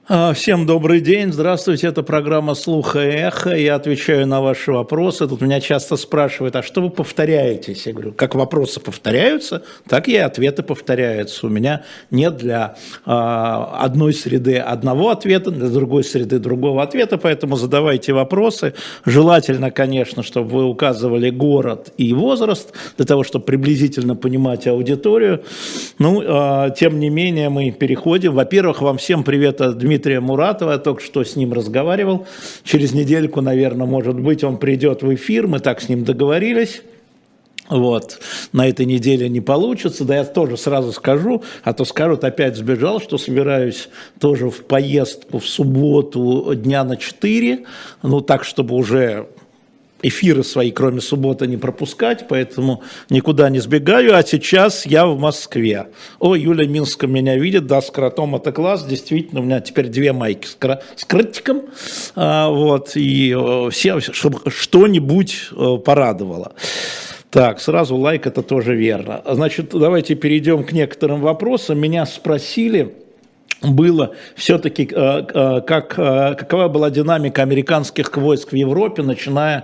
Всем добрый день, здравствуйте, это программа «Слух и эхо», я отвечаю на ваши вопросы. Тут меня часто спрашивают, а что вы повторяетесь? Я говорю, как вопросы повторяются, так и ответы повторяются. У меня нет для одной среды одного ответа, для другой среды другого ответа, поэтому задавайте вопросы. Желательно, конечно, чтобы вы указывали город и возраст, для того, чтобы приблизительно понимать аудиторию. Тем не менее, мы переходим. Во-первых, вам всем привет от Дмитрия Муратова, я только что с ним разговаривал. Через недельку, наверное, может быть, он придет в эфир, мы так с ним договорились. На этой неделе не получится, да я тоже сразу скажу, а то скажут, опять сбежал, что собираюсь тоже в поездку в субботу дня на 4, так, чтобы уже эфиры свои, кроме субботы, не пропускать, поэтому никуда не сбегаю, а сейчас я в Москве. Юля Минска меня видит, да, с кротом это класс, действительно, у меня теперь 2 майки с кротиком, и все, чтобы что-нибудь порадовало. Так, сразу лайк, это тоже верно. Значит, давайте перейдем к некоторым вопросам. Меня спросили, было все-таки, какова была динамика американских войск в Европе, начиная,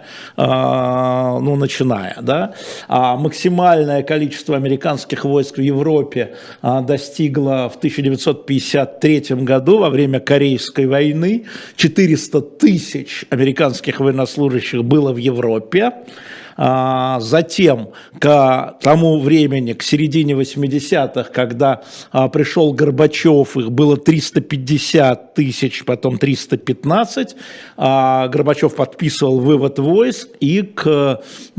да, максимальное количество американских войск в Европе достигло в 1953 году во время Корейской войны, 400 тысяч американских военнослужащих было в Европе. Затем, к тому времени, к середине 80-х, когда пришел Горбачев, их было 350 тысяч, потом 315, Горбачев подписывал вывод войск, и к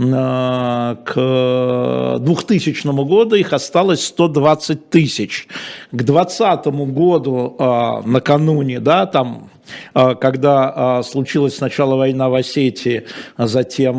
2000 году их осталось 120 тысяч. К 2020 году, накануне, да, там, когда случилась сначала война в Осетии, а затем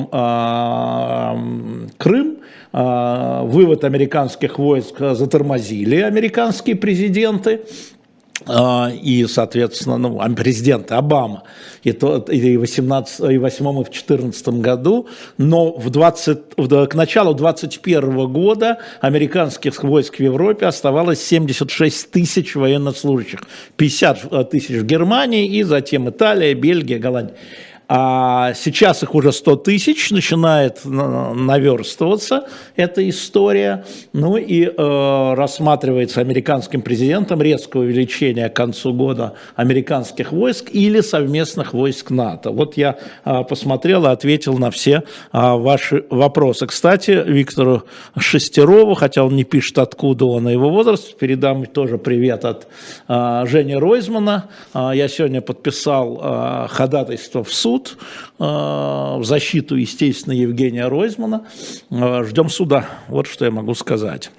Крым, вывод американских войск затормозили американские президенты. И, соответственно, президенты Обама и в 2008 и в 2014 году, но к началу 2021 года американских войск в Европе оставалось 76 тысяч военнослужащих, 50 тысяч в Германии и затем Италия, Бельгия, Голландия. А сейчас их уже 100 тысяч, начинает наверстываться эта история, рассматривается американским президентом резкое увеличение к концу года американских войск или совместных войск НАТО. Я посмотрел и ответил на все ваши вопросы. Кстати, Виктору Шестерову, хотя он не пишет, откуда он и его возраст, передам тоже привет от Жени Ройзмана. Я сегодня подписал ходатайство в суд в защиту, естественно, Евгения Ройзмана. Ждем суда. Вот что я могу сказать.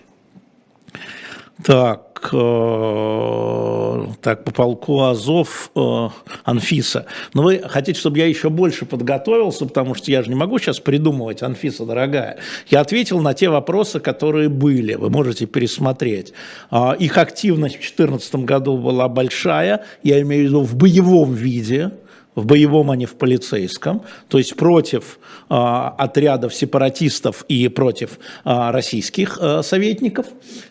Так, по полку Азов, Анфиса. Но вы хотите, чтобы я еще больше подготовился, потому что я же не могу сейчас придумывать, Анфиса, дорогая. Я ответил на те вопросы, которые были, вы можете пересмотреть. Их активность в 2014 году была большая, я имею в виду в боевом виде, в боевом, а не в полицейском, то есть против отрядов сепаратистов и против российских советников,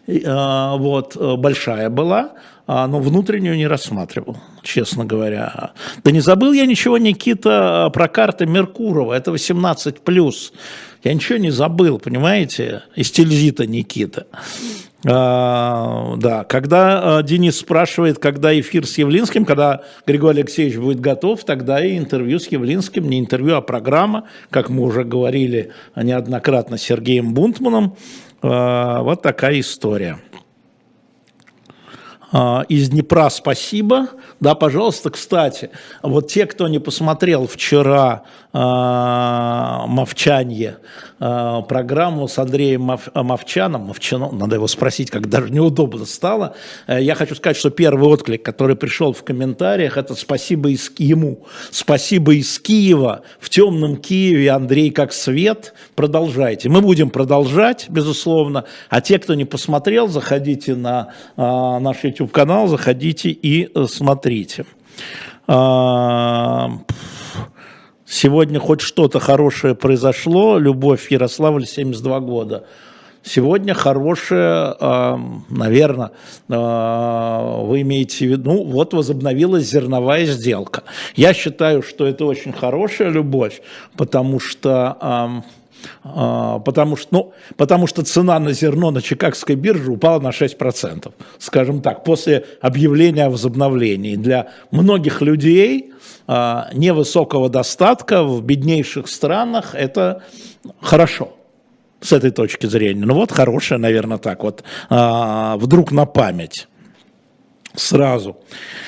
большая была, но внутреннюю не рассматривал, честно говоря. Да не забыл я ничего, Никита, про карты Меркурова, это 18+. Я ничего не забыл, понимаете, из Тильзита Никита. Да, когда Денис спрашивает, когда эфир с Явлинским, когда Григорий Алексеевич будет готов, тогда и интервью с Явлинским, не интервью, а программа, как мы уже говорили неоднократно с Сергеем Бунтманом. Вот такая история. Из Днепра спасибо. Да, пожалуйста, кстати, те, кто не посмотрел вчера «Мовчанье», программу с Андреем Мовчаном, надо его спросить, как даже неудобно стало, я хочу сказать, что первый отклик, который пришел в комментариях, это спасибо ему. Спасибо из Киева. В темном Киеве Андрей как свет. Продолжайте. Мы будем продолжать, безусловно. А те, кто не посмотрел, заходите на наш YouTube-канал, заходите и смотрите. Сегодня хоть что-то хорошее произошло. Любовь, Ярославль, 72 года. Сегодня хорошая, наверное, вы имеете в виду, ну, вот возобновилась зерновая сделка. Я считаю, что это очень хорошая любовь, потому что цена на зерно на Чикагской бирже упала на 6%, скажем так, после объявления о возобновлении. Для многих людей невысокого достатка в беднейших странах это хорошо. С этой точки зрения. Ну вот хорошая, наверное, так вот, вдруг на память. Сразу.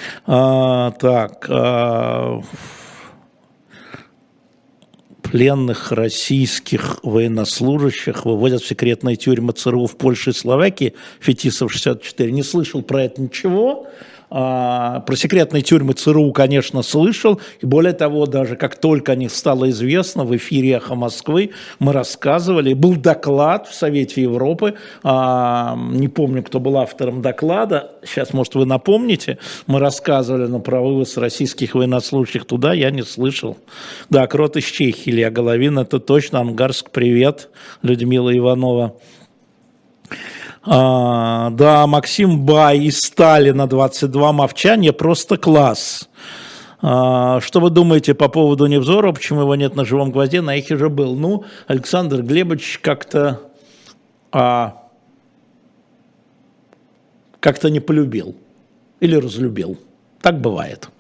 Пленных российских военнослужащих выводят в секретные тюрьмы ЦРУ в Польше и Словакии. Фетисов 64. Не слышал про это ничего. Про секретные тюрьмы ЦРУ, конечно, слышал. И более того, даже как только о них стало известно, в эфире «Эхо Москвы» мы рассказывали. Был доклад в Совете Европы. Не помню, кто был автором доклада. Сейчас, может, вы напомните. Мы рассказывали про вывоз российских военнослужащих туда. Я не слышал. Да, Крот из Чехии, Илья Головин. Это точно. Ангарск, привет. Людмила Иванова. Да, Максим Бай из Сталина 22, Мовчание, просто класс. Что вы думаете по поводу Невзорова, почему его нет на живом гвозде, на Эхе же был? Ну, Александр Глебович как-то не полюбил или разлюбил. Так бывает.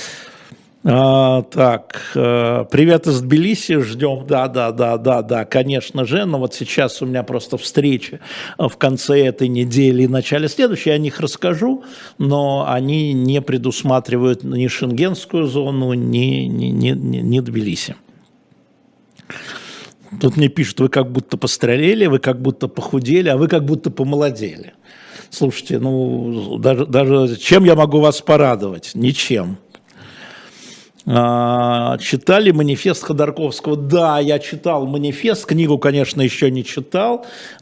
Привет из Тбилиси, ждем, да, конечно же, но вот сейчас у меня просто встреча в конце этой недели и начале следующей, я о них расскажу, но они не предусматривают ни шенгенскую зону, ни Тбилиси. Тут мне пишут, вы как будто постарели, вы как будто похудели, а вы как будто помолодели. Слушайте, ну, даже чем я могу вас порадовать? Ничем. Читали манифест Ходорковского? Да, я читал манифест, книгу, конечно, еще не читал.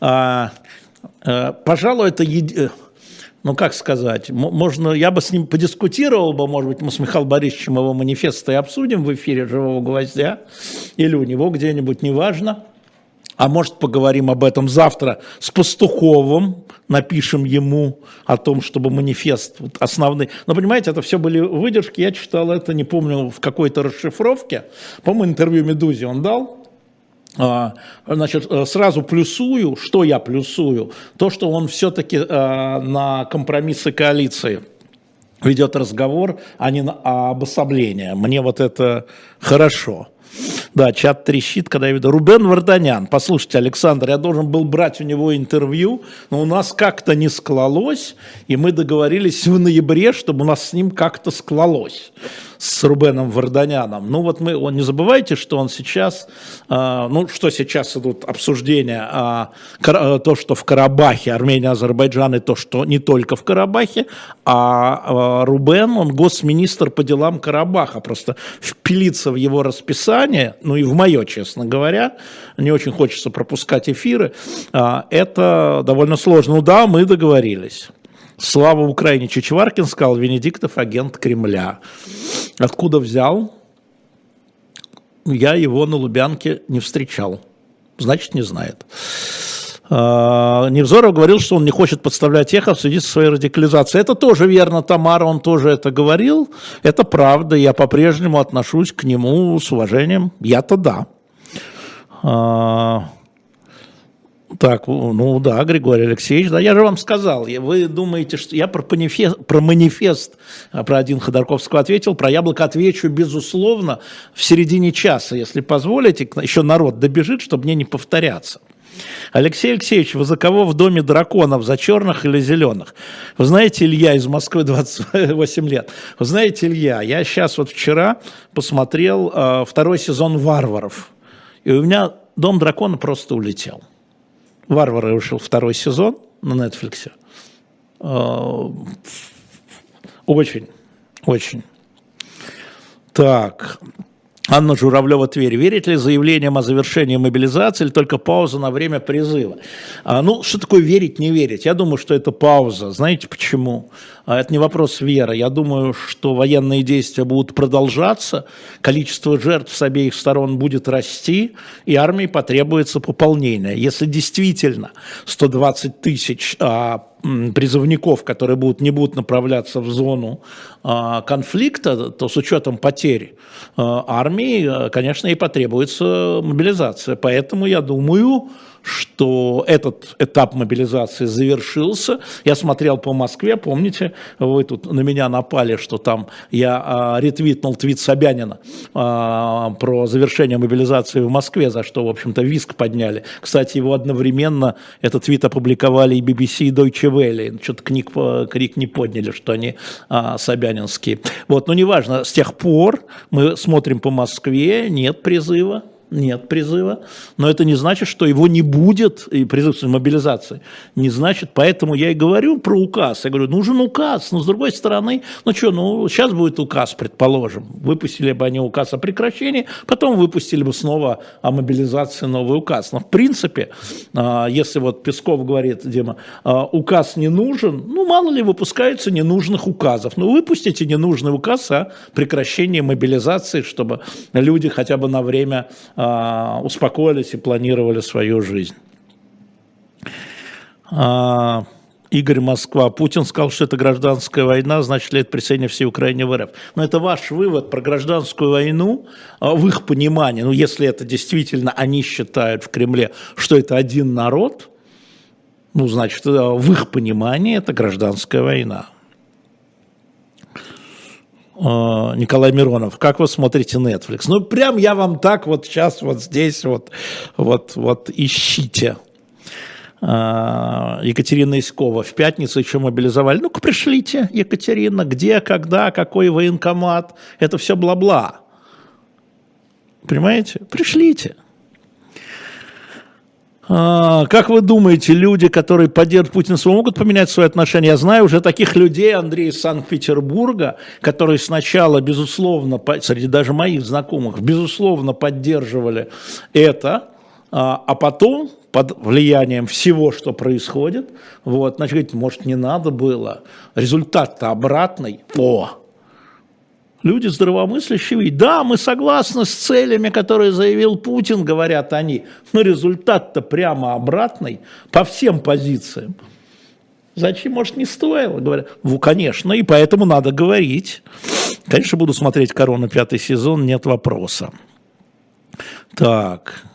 Пожалуй, это, ну как сказать, можно, я бы с ним подискутировал бы, может быть, мы с Михаилом Борисовичем его манифест и обсудим в эфире «Живого гвоздя» или у него где-нибудь, неважно. А может, поговорим об этом завтра с Пастуховым, напишем ему о том, чтобы манифест основный. Но, понимаете, это все были выдержки, я читал это, не помню, в какой-то расшифровке. По-моему, интервью «Медузе» он дал. Значит, сразу плюсую, что я плюсую? То, что он все-таки на компромиссы коалиции ведет разговор, а не на обособление. Мне вот это хорошо. Да, чат трещит, когда я виду. Рубен Варданян. Послушайте, Александр, я должен был брать у него интервью, но у нас как-то не склалось, и мы договорились в ноябре, чтобы у нас с ним как-то склалось, с Рубеном Варданяном. Ну вот не забывайте, что он сейчас, что сейчас идут обсуждения, то, что в Карабахе, Армения, Азербайджан, и то, что не только в Карабахе, а Рубен, он госминистр по делам Карабаха, просто впилиться в его расписание, ну и в мое, честно говоря, не очень хочется пропускать эфиры, это довольно сложно. Ну да, мы договорились. Слава Украине, Чичваркин сказал, Венедиктов агент Кремля. Откуда взял? Я его на Лубянке не встречал. Значит, не знает. Невзоров говорил, что он не хочет подставлять Эхо в связи со своей радикализацией. Это тоже верно, Тамара, он тоже это говорил. Это правда, я по-прежнему отношусь к нему с уважением. Я-то да. Так, ну да, Григорий Алексеевич, да, я же вам сказал, вы думаете, что я про манифест, про один Ходорковского ответил, про яблоко отвечу, безусловно, в середине часа, если позволите, еще народ добежит, чтобы мне не повторяться. Алексей Алексеевич, вы за кого в доме драконов, за черных или зеленых? Вы знаете, Илья из Москвы, 28 лет. Вы знаете, Илья, я сейчас вот вчера посмотрел второй сезон «Варваров», и у меня дом дракона просто улетел. «Варвары» вышел второй сезон на Netflix. Очень, очень. Так, Анна Журавлева, Тверь. Верит ли заявлениям о завершении мобилизации или только пауза на время призыва? Ну, что такое верить, не верить? Я думаю, что это пауза. Знаете почему? Это не вопрос веры. Я думаю, что военные действия будут продолжаться, количество жертв с обеих сторон будет расти, и армии потребуется пополнение. Если действительно 120 тысяч призывников, которые не будут направляться в зону конфликта, то с учетом потерь армии, конечно, и потребуется мобилизация. Поэтому я думаю, что этот этап мобилизации завершился. Я смотрел по Москве, помните, вы тут на меня напали, что там я ретвитнул твит Собянина про завершение мобилизации в Москве, за что, в общем-то, визг подняли. Кстати, его одновременно, этот твит опубликовали и BBC, и Deutsche Welle. Что-то крик не подняли, что они собянинские. Вот, но неважно, с тех пор мы смотрим по Москве, нет призыва. Нет призыва, но это не значит, что его не будет, и призыв мобилизации не значит, поэтому я и говорю про указ, я говорю, нужен указ, но с другой стороны, сейчас будет указ, предположим, выпустили бы они указ о прекращении, потом выпустили бы снова о мобилизации новый указ, но в принципе, если вот Песков говорит, Дима, указ не нужен, мало ли выпускаются ненужных указов, выпустите ненужный указ о прекращении мобилизации, чтобы люди хотя бы на время успокоились и планировали свою жизнь. Игорь, Москва. Путин сказал, что это гражданская война, значит ли это присоединение всей Украины в РФ. Но это ваш вывод про гражданскую войну, в их понимании, если это действительно они считают в Кремле, что это один народ, значит, в их понимании это гражданская война. Николай Миронов, как вы смотрите Netflix? Прям я вам так вот сейчас вот здесь вот ищите. Екатерина Искова, в пятницу еще мобилизовали. Ну-ка пришлите, Екатерина, где, когда, какой военкомат. Это все бла-бла. Понимаете? Пришлите. Как вы думаете, люди, которые поддерживают Путина, могут поменять свои отношения? Я знаю уже таких людей, Андрей из Санкт-Петербурга, которые сначала, безусловно, среди даже моих знакомых, безусловно, поддерживали это, а потом, под влиянием всего, что происходит, значит, говорить, может, не надо было. Результат-то обратный. Люди здравомыслящие, да, мы согласны с целями, которые заявил Путин, говорят они, но результат-то прямо обратный по всем позициям. Зачем, может, не стоило? Говорят, конечно, и поэтому надо говорить. Конечно, буду смотреть «Корона» 5-й сезон, нет вопроса. Так.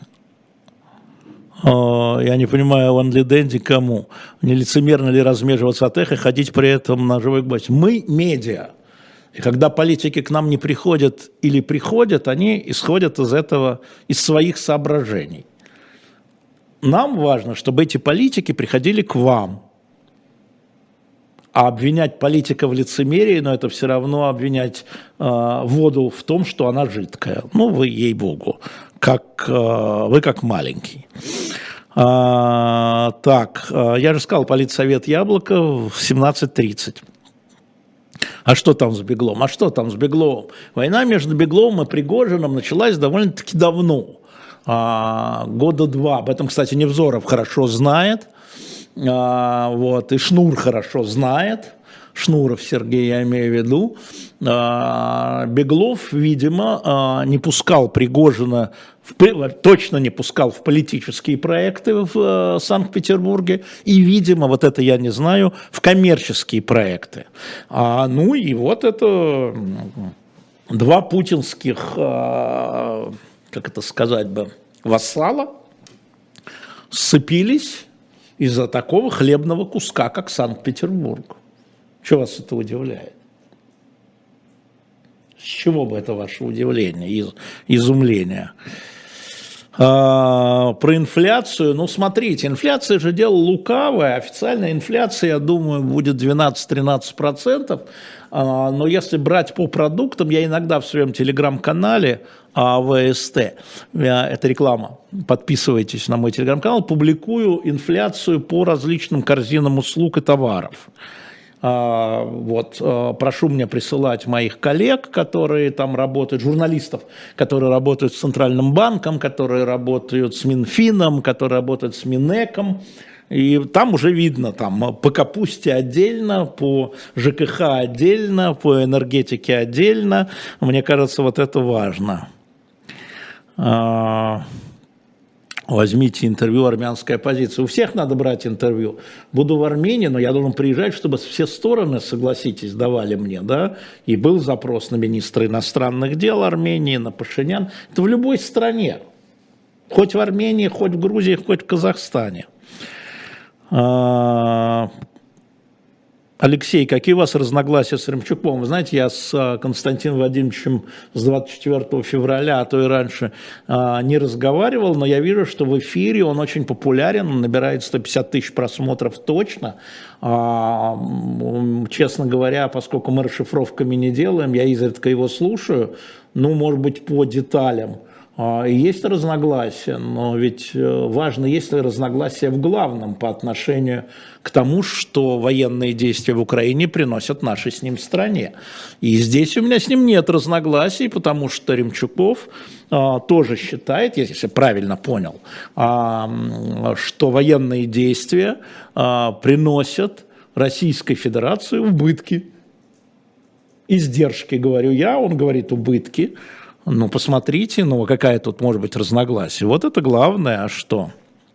Я не понимаю, Ван Ли Дэнди кому? Не лицемерно ли размеживаться от эхо и ходить при этом на живой гвоздь? Мы медиа. И когда политики к нам не приходят или приходят, они исходят из этого, из своих соображений. Нам важно, чтобы эти политики приходили к вам. А обвинять политика в лицемерии, это все равно обвинять воду в том, что она жидкая. Вы, ей-богу, вы как маленький. Так, я же сказал, политсовет «Яблоко» в 17:30. А что там с Бегловым? Война между Бегловым и Пригожиным началась довольно-таки давно, года два. Об этом, кстати, Невзоров хорошо знает, и Шнур хорошо знает. Шнуров Сергей, я имею в виду. Беглов, видимо, не пускал Пригожина, точно не пускал в политические проекты в Санкт-Петербурге и, видимо, это я не знаю, в коммерческие проекты. И это два путинских, как это сказать бы, вассала сцепились из-за такого хлебного куска, как Санкт-Петербург. Что вас это удивляет? С чего бы это ваше удивление, изумление? Про инфляцию, смотрите, инфляция же дело лукавое, официальная инфляция, я думаю, будет 12-13%, но если брать по продуктам, я иногда в своем телеграм-канале АВСТ, это реклама, подписывайтесь на мой телеграм-канал, публикую инфляцию по различным корзинам услуг и товаров. прошу мне присылать моих коллег, которые там работают, журналистов, которые работают с Центральным банком, которые работают с Минфином, которые работают с Минэком. И там уже видно, там по капусте отдельно, по ЖКХ отдельно, по энергетике отдельно. Мне кажется, вот это важно. Возьмите интервью «Армянская оппозиция». У всех надо брать интервью. Буду в Армении, но я должен приезжать, чтобы все стороны, согласитесь, давали мне, да. И был запрос на министра иностранных дел Армении, на Пашинян. Это в любой стране. Хоть в Армении, хоть в Грузии, хоть в Казахстане. Алексей, какие у вас разногласия с Ремчуком? Вы знаете, я с Константином Владимировичем с 24 февраля, а то и раньше, не разговаривал, но я вижу, что в эфире он очень популярен, он набирает 150 тысяч просмотров точно. Честно говоря, поскольку мы расшифровками не делаем, я изредка его слушаю, может быть, по деталям. Есть разногласия, но ведь важно, есть ли разногласия в главном по отношению к тому, что военные действия в Украине приносят нашей с ним стране. И здесь у меня с ним нет разногласий, потому что Ремчуков тоже считает, если я правильно понял, что военные действия приносят Российской Федерации убытки. Издержки, говорю я, он говорит убытки. Посмотрите, какая тут может быть разногласие. Вот это главное, а что?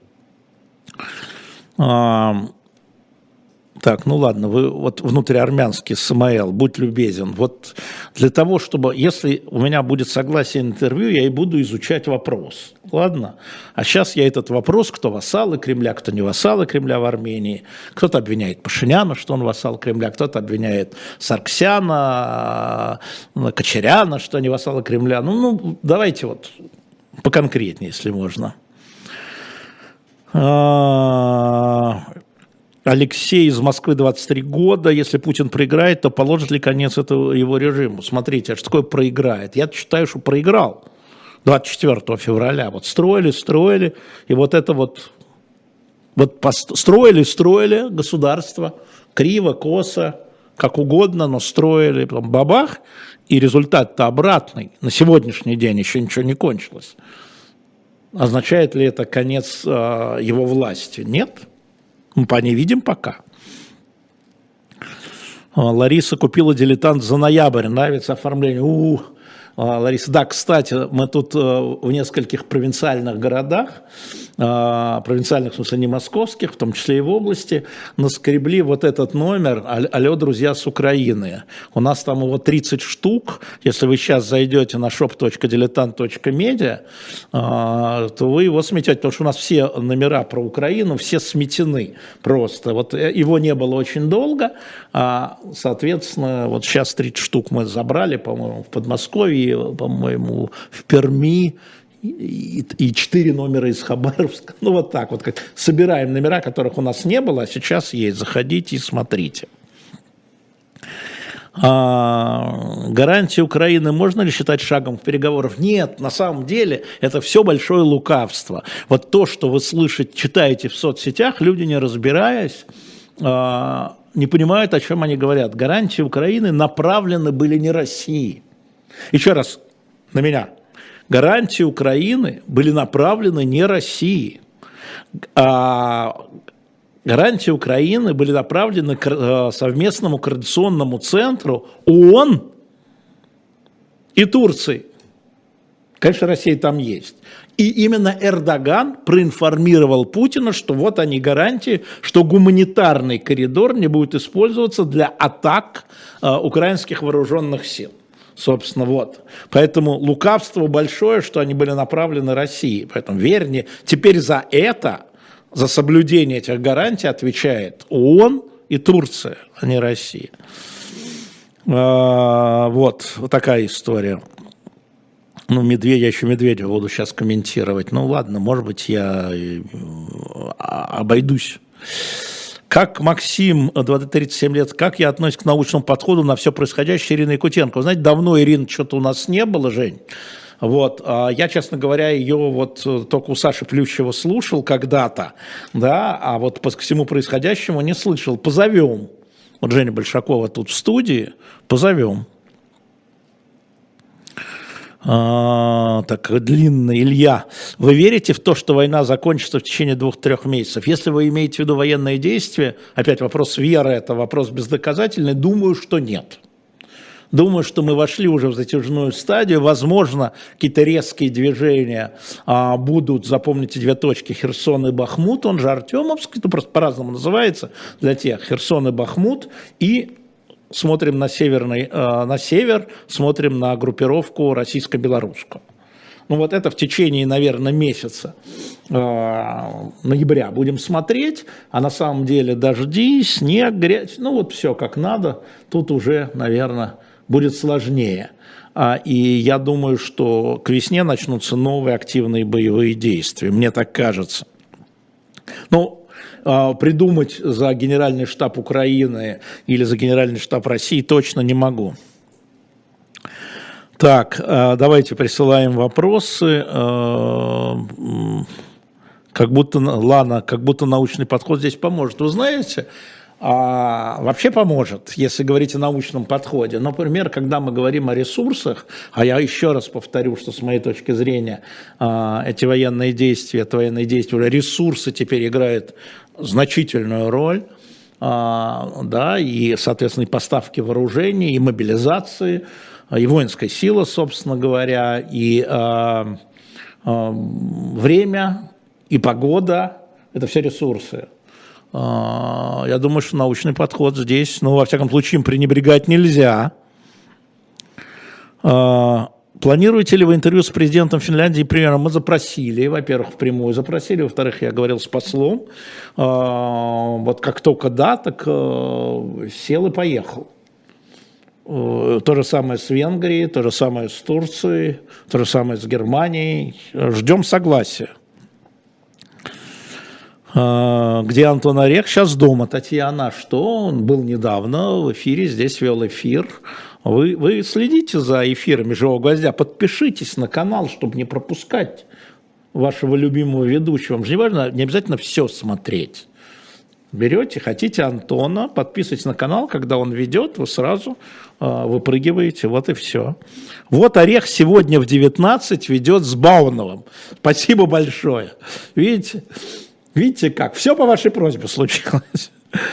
Так, ладно, вы вот внутриармянский Самаэл, будь любезен. Вот для того, чтобы, если у меня будет согласие на интервью, я и буду изучать вопрос. Ладно? А сейчас я этот вопрос, кто вассалы Кремля, кто не вассалы Кремля в Армении. Кто-то обвиняет Пашиняна, что он вассал Кремля, кто-то обвиняет Сарксяна, Кочаряна, что они вассалы Кремля. Давайте вот поконкретнее, если можно. Алексей из Москвы, 23 года. Если Путин проиграет, то положит ли конец этого его режиму? Смотрите, а что такое проиграет? Я считаю, что проиграл 24 февраля. Вот строили, и вот строили государство, криво, косо, как угодно, но строили, потом бабах, и результат-то обратный. На сегодняшний день еще ничего не кончилось. Означает ли это конец его власти? Нет. Мы по ней видим пока. Лариса купила «Дилетант» за ноябрь. Нравится оформление. Лариса, да, кстати, мы тут в нескольких провинциальных городах, провинциальных, в смысле, не московских, в том числе и в области, наскребли вот этот номер «Алло, друзья с Украины». У нас там его 30 штук. Если вы сейчас зайдете на shop.diletant.media, то вы его сметете, потому что у нас все номера про Украину, все сметены просто. Вот его не было очень долго, соответственно, вот сейчас 30 штук мы забрали, по-моему, в Подмосковье, по-моему, в Перми, и 4 номера из Хабаровска. Вот так вот. Собираем номера, которых у нас не было, а сейчас есть. Заходите и смотрите. Гарантии Украины можно ли считать шагом в переговорах? Нет, на самом деле это все большое лукавство. Вот то, что вы слышите, читаете в соцсетях, люди, не разбираясь, не понимают, о чем они говорят. Гарантии Украины направлены были не России. Еще раз на меня. Гарантии Украины были направлены не России. Гарантии Украины были направлены к совместному координационному центру ООН и Турции. Конечно, Россия там есть. И именно Эрдоган проинформировал Путина, что вот они гарантии, что гуманитарный коридор не будет использоваться для атак украинских вооруженных сил. Собственно, вот. Поэтому лукавство большое, что они были направлены России. Поэтому верь мне, теперь за это, за соблюдение этих гарантий отвечает ООН и Турция, а не Россия. Вот такая история. Я еще Медведева буду сейчас комментировать. Ладно, может быть, я обойдусь. Как Максим, 37 лет, как я отношусь к научному подходу на все происходящее Ирины Якутенко? Вы знаете, давно Ирины что-то у нас не было, Жень. Вот. Я, честно говоря, ее вот только у Саши Плющева слушал когда-то, да, а вот по всему происходящему не слышал. Позовем. Вот Женя Большакова тут в студии, позовем. Так, длинный. Илья, вы верите в то, что война закончится в течение 2-3 месяцев? Если вы имеете в виду военные действия, опять вопрос веры, это вопрос бездоказательный, думаю, что нет. Думаю, что мы вошли уже в затяжную стадию. Возможно, какие-то резкие движения будут, запомните 2 точки, Херсон и Бахмут, он же Артемовск, это просто по-разному называется для тех, Херсон и Бахмут, и смотрим на север, смотрим на группировку российско-белорусскую. Ну вот это в течение, наверное, месяца ноября будем смотреть, а на самом деле дожди, снег, грязь, ну вот все как надо, тут уже, наверное, будет сложнее. И я думаю, что к весне начнутся новые активные боевые действия, мне так кажется. Ну, придумать за Генеральный штаб Украины или за Генеральный штаб России точно не могу. Так, давайте присылаем вопросы. Как будто научный подход здесь поможет. Вы знаете, вообще поможет, если говорить о научном подходе. Например, когда мы говорим о ресурсах, а я еще раз повторю, что с моей точки зрения эти военные действия, ресурсы теперь играют значительную роль, да, и, соответственно, и поставки вооружений, и мобилизации, и воинской силы, собственно говоря, и время, и погода, это все ресурсы. Я думаю, что научный подход здесь, ну, во всяком случае, им пренебрегать нельзя. Планируете ли вы интервью с президентом Финляндии? Примерно мы запросили, во-первых, впрямую запросили, во-вторых, я говорил с послом. Вот как только да, так сел и поехал. То же самое с Венгрией, то же самое с Турцией, то же самое с Германией. Ждем согласия. Где Антон Орех? Сейчас дома. Татьяна, что? Он был недавно в эфире, здесь вел эфир. Вы следите за эфирами «Живого гвоздя», подпишитесь на канал, чтобы не пропускать вашего любимого ведущего. Вам же не обязательно все смотреть. Берете, хотите Антона, подписывайтесь на канал, когда он ведет, вы сразу выпрыгиваете, вот и все. Вот Орех сегодня в 19 ведет с Бауновым. Спасибо большое. Видите как? Все по вашей просьбе случилось.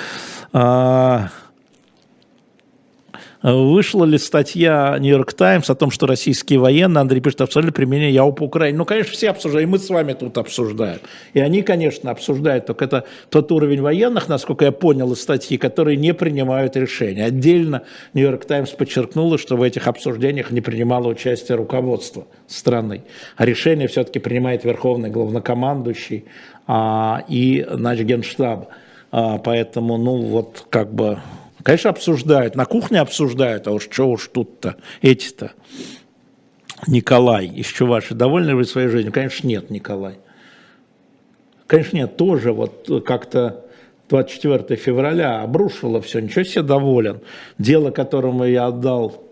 Вышла ли статья Нью-Йорк Таймс о том, что российские военные, Андрей пишет, обсуждали применение ЯУ по Украине? Ну, конечно, все обсуждают, и мы с вами тут обсуждаем. И они, конечно, обсуждают, только это тот уровень военных, насколько я понял из статьи, которые не принимают решения. Отдельно Нью-Йорк Таймс подчеркнула, что в этих обсуждениях не принимало участие руководство страны. А решение все-таки принимает верховный главнокомандующий и наш Генштаб. Поэтому, ну, вот как бы... Конечно, обсуждают, на кухне обсуждают, а уж что уж тут-то, эти-то. Николай из Чувашии, довольны вы своей жизнью? Конечно, нет, Николай. Конечно, нет, тоже вот как-то 24 февраля обрушило все, ничего себе доволен. Дело, которому я отдал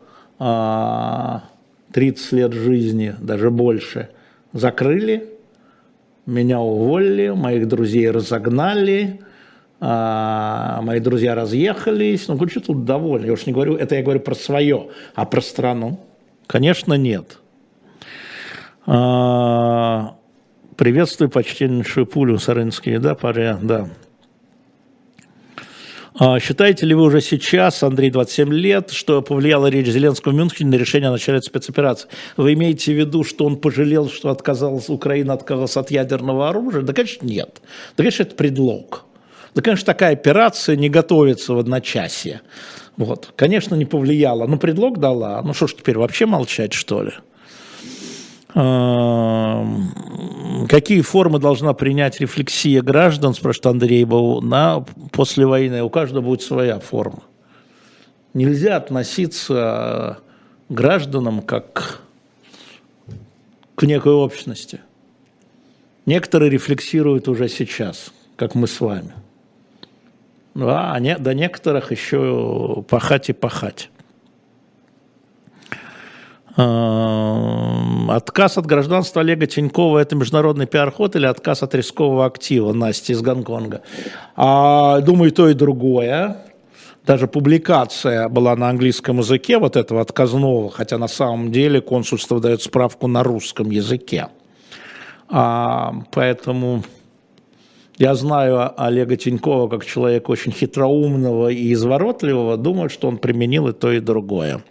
30 лет жизни, даже больше, закрыли, меня уволили, моих друзей разогнали, мои друзья разъехались, ну, что тут довольны? Я уж не говорю, это я говорю про свое, а про страну? Конечно, нет. Приветствую почтеннейшую пулю Сарынский, да, паря, да. Считаете ли вы уже сейчас, Андрей, 27 лет, что повлияла речь Зеленского в Мюнхене на решение о начале спецоперации? Вы имеете в виду, что он пожалел, что Украина отказалась от ядерного оружия? Да, конечно, нет. Да, конечно, это предлог. Да, конечно, такая операция не готовится в одночасье. Вот. Конечно, не повлияла, но предлог дала. Ну что ж теперь, вообще молчать, что ли? Какие формы должна принять рефлексия граждан, спрашивает Андрей, после войны? У каждого будет своя форма. Нельзя относиться к гражданам как к некой общности. Некоторые рефлексируют уже сейчас, как мы с вами. А до некоторых еще пахать и пахать. Отказ от гражданства Олега Тинькова – это международный пиар-ход или отказ от рискового актива Насти из Гонконга? Думаю, то и другое. даже публикация была на английском языке вот этого отказного, хотя на самом деле консульство дает справку на русском языке. Поэтому я знаю Олега Тинькова как человека очень хитроумного и изворотливого, думаю, что он применил и то, и другое.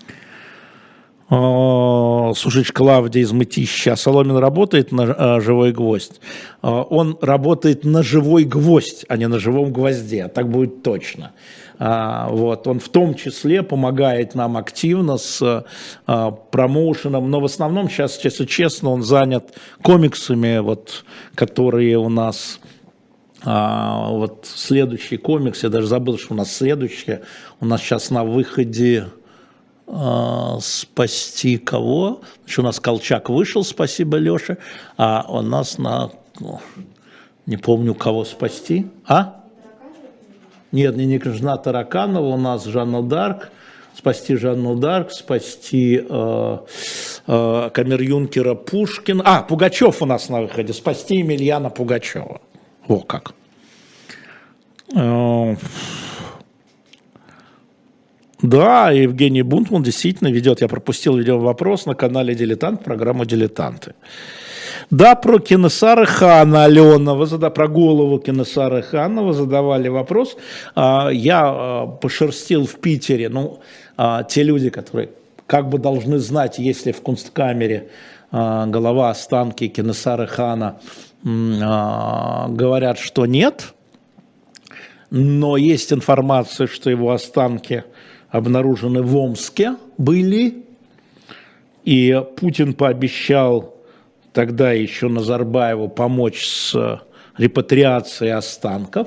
Слушай, Клавдия из Мытища. Соломин работает на живой гвоздь? Он работает на живой гвоздь, а не на живом гвозде, так будет точно. Вот. Он в том числе помогает нам активно с промоушеном, но в основном сейчас, если честно, он занят комиксами, вот, которые у нас... вот следующий комикс, я даже забыл, что у нас следующее, у нас сейчас на выходе... спасти кого? Значит, у нас Колчак вышел, спасибо, Леша, а у нас не помню, кого спасти. Нет, не княжна Тараканова, у нас Жанна д'Арк, спасти Жанну д'Арк, спасти камер-юнкера Пушкина. Пугачев у нас на выходе, спасти Емельяна Пугачева. О, как. Да, Евгений Бунтман действительно ведет, я пропустил видеовопрос на канале «Дилетант», программу «Дилетанты». Да, про Кенесары Хана Алена, про голову Кенесары Хана вы задавали вопрос. Я пошерстил в Питере, те люди, которые как бы должны знать, если в Кунсткамере голова, останки Кенесары Хана, говорят, что нет, но есть информация, что его останки обнаружены в Омске, были, и Путин пообещал тогда еще Назарбаеву помочь с репатриацией останков,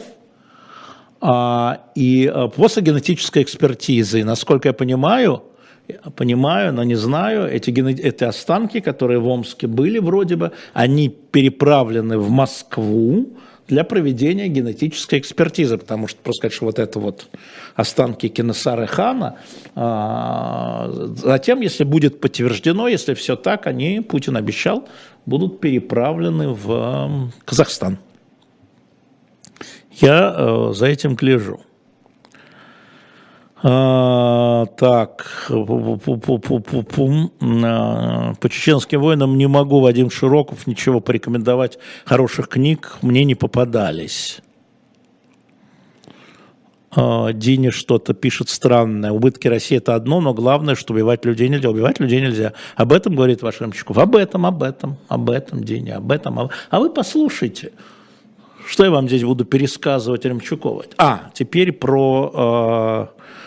и после генетической экспертизы, насколько я понимаю, но не знаю, эти останки, которые в Омске были вроде бы, они переправлены в Москву для проведения генетической экспертизы, потому что просто сказать, что вот это вот останки Кенесары Хана, затем, если будет подтверждено, если все так, они, Путин обещал, будут переправлены в Казахстан. Я за этим гляжу. Так, по чеченским войнам не могу, Вадим Широков, ничего порекомендовать, хороших книг мне не попадались. Дини что-то пишет странное. Убытки России – это одно, но главное, что убивать людей нельзя. Убивать людей нельзя. Об этом говорит ваш Ремчуков. Об этом, Дини, об этом. А вы послушайте, что я вам здесь буду пересказывать Ремчукова. Теперь про...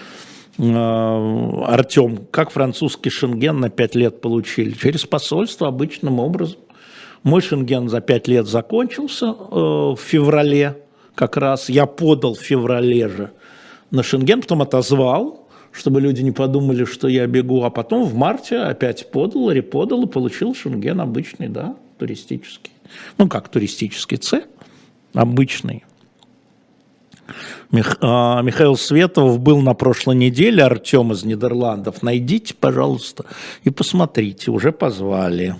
Артем, как французский шенген на 5 лет получили? Через посольство обычным образом. Мой шенген за 5 лет закончился в феврале как раз. Я подал в феврале же на шенген, потом отозвал, чтобы люди не подумали, что я бегу. А потом в марте опять подал, реподал и получил шенген обычный, да, туристический. Как туристический, обычный. Михаил Светов был на прошлой неделе, Артем из Нидерландов. Найдите, пожалуйста, и посмотрите, уже позвали.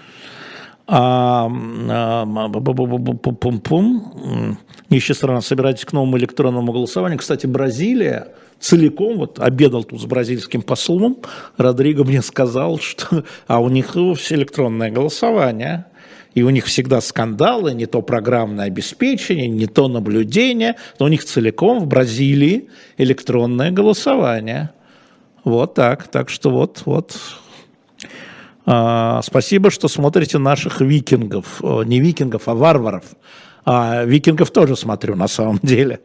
Нищая страна, собирайтесь к новому электронному голосованию. Кстати, Бразилия целиком, обедал тут с бразильским послом, Родриго мне сказал, что у них все электронное голосование. И у них всегда скандалы, не то программное обеспечение, не то наблюдение, но у них целиком в Бразилии электронное голосование. Вот так. Так что вот. Спасибо, что смотрите наших викингов. Не викингов, а варваров. Викингов тоже смотрю на самом деле.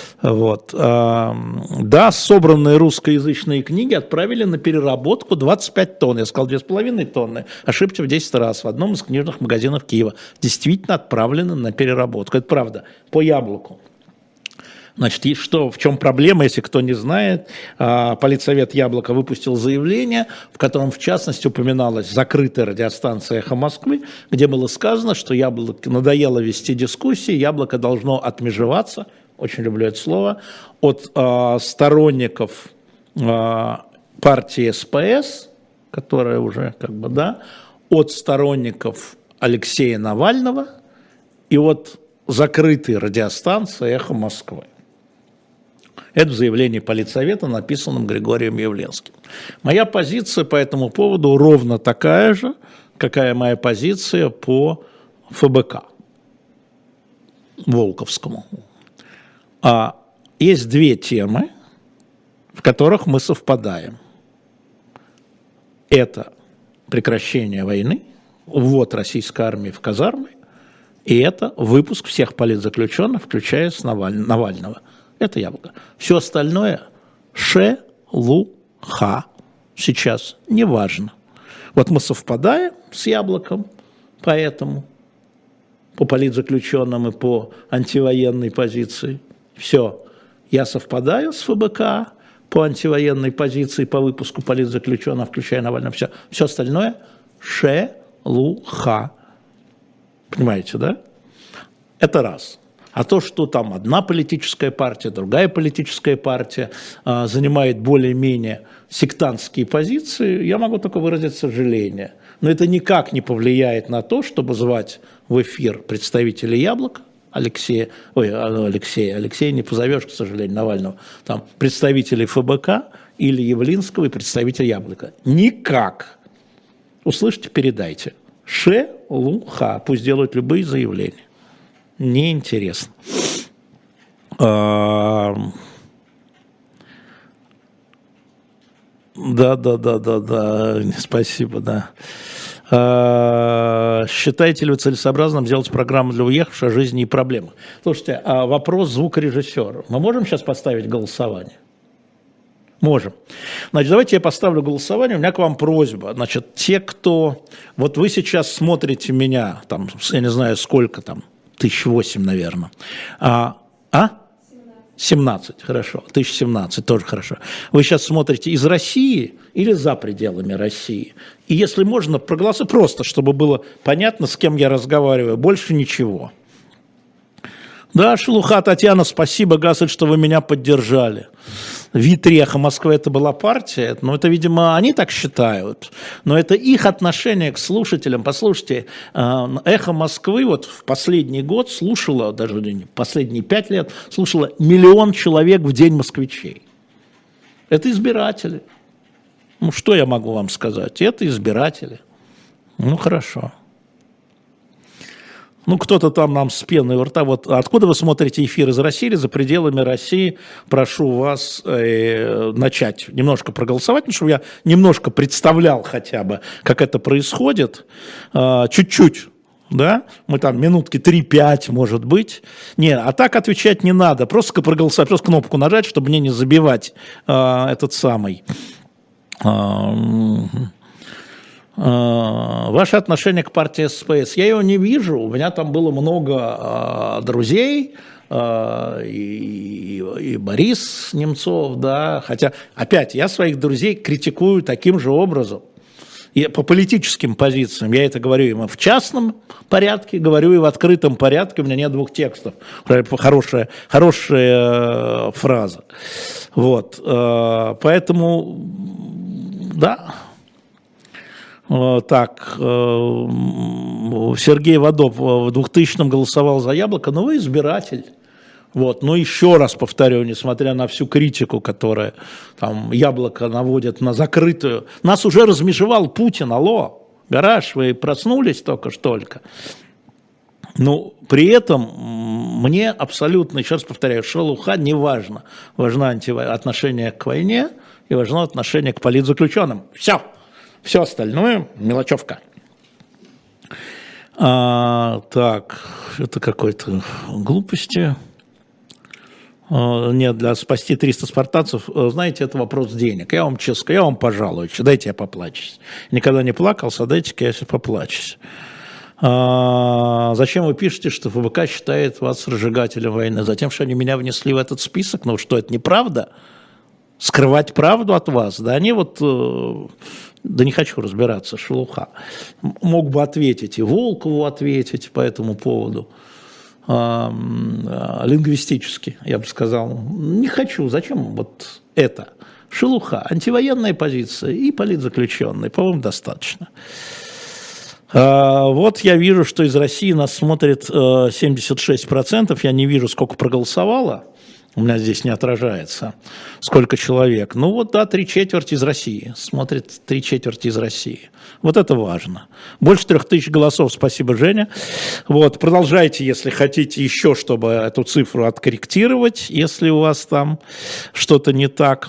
Да, собранные русскоязычные книги отправили на переработку 25 тонн. Я сказал 2,5 тонны. Ошибся в 10 раз в одном из книжных магазинов Киева. Действительно отправлены на переработку. Это правда. По яблоку. Значит, и что, в чем проблема, если кто не знает, Политсовет «Яблоко» выпустил заявление, в котором, в частности, упоминалась закрытая радиостанция «Эхо Москвы», где было сказано, что «Яблоко» надоело вести дискуссии, «Яблоко» должно отмежеваться, очень люблю это слово, от сторонников партии СПС, которая уже от сторонников Алексея Навального и от закрытой радиостанции «Эхо Москвы». Это в заявлении Политсовета, написанном Григорием Явленским. Моя позиция по этому поводу ровно такая же, какая моя позиция по ФБК Волковскому. Есть две темы, в которых мы совпадаем. Это прекращение войны, ввод российской армии в казармы, и это выпуск всех политзаключенных, включая Навального. Это яблоко. Все остальное шелуха сейчас не важно. Вот мы совпадаем с яблоком, поэтому по политзаключенным и по антивоенной позиции. Все. Я совпадаю с ФБК по антивоенной позиции, по выпуску политзаключенных, включая Навального. Все. Все остальное шелуха. Понимаете, да? Это раз. А то, что там одна политическая партия, другая политическая партия занимает более-менее сектантские позиции, я могу только выразить сожаление. Но это никак не повлияет на то, чтобы звать в эфир представителей «Яблока», Алексея не позовешь, к сожалению, Навального, там представителей ФБК или Явлинского и представителей «Яблока». Никак. Услышите, передайте. Шелуха. Пусть делают любые заявления. Неинтересно. Да. Спасибо, да. Считаете ли вы целесообразным сделать программу для уехавших о жизни и проблемах? Слушайте, вопрос звукорежиссера. Мы можем сейчас поставить голосование? Можем. Значит, давайте я поставлю голосование. У меня к вам просьба. Значит, те, кто... Вот вы сейчас смотрите меня, там, я не знаю, сколько там, 1008, наверное. 17, хорошо. 1017, тоже хорошо. Вы сейчас смотрите из России или за пределами России? И если можно, проголосуйте просто, чтобы было понятно, с кем я разговариваю. Больше ничего. Да, шелуха, Татьяна, спасибо, Гасель, что вы меня поддержали. ВИ-3 «Эхо Москвы» это была партия, но это, видимо, они так считают, но это их отношение к слушателям. Послушайте, «Эхо Москвы» вот в последний год слушало, даже последние 5 лет, слушало 1 миллион человек в день москвичей. Это избиратели. Ну, что я могу вам сказать? Это избиратели. Ну, хорошо. Ну, кто-то там нам с пеной у рта. Вот откуда вы смотрите эфир, из России или за пределами России? Прошу вас начать немножко проголосовать, потому что я немножко представлял хотя бы, как это происходит. Чуть-чуть, да? Мы там минутки 3-5, может быть. Не, а так отвечать не надо. Просто проголосовать, просто кнопку нажать, чтобы мне не забивать этот самый... Ваше отношение к партии СПС. Я ее не вижу. У меня там было много друзей, и Борис Немцов, да. Хотя, опять, я своих друзей критикую таким же образом. И по политическим позициям. Я это говорю им в частном порядке, говорю и в открытом порядке. У меня нет двух текстов. Хорошая фраза. Вот. Поэтому, да. Так, Сергей Водоп в 2000-м голосовал за «Яблоко», но вы избиратель. Вот. Но еще раз повторю, несмотря на всю критику, которая там «Яблоко» наводит на закрытую, нас уже размежевал Путин, алло, гараж, вы проснулись только. Ну, при этом мне абсолютно, еще раз повторяю, шелуха не важно. Важно отношение к войне и важно отношение к политзаключенным. Все остальное мелочевка. Так, это какой-то глупости. Нет, для спасти 300 спартанцев, знаете, это вопрос денег. Я вам честно, я вам пожалуюсь, дайте я поплачусь. Никогда не плакался, дайте-ка я себе поплачусь. Зачем вы пишете, что ФБК считает вас разжигателем войны? Затем, что они меня внесли в этот список, ну что, это неправда? Скрывать правду от вас? Да они вот... Да не хочу разбираться, шелуха. Мог бы ответить и Волкову ответить по этому поводу. Лингвистически, я бы сказал. Не хочу. Зачем вот это? Шелуха. Антивоенная позиция и политзаключенные. По-моему, достаточно. Вот я вижу, что из России нас смотрит 76%. Я не вижу, сколько проголосовало. У меня здесь не отражается. Сколько человек? Ну вот, да, 3/4 из России. Смотрит 3/4 из России. Вот это важно. Больше 3000 голосов. Спасибо, Женя. Вот, продолжайте, если хотите еще, чтобы эту цифру откорректировать, если у вас там что-то не так.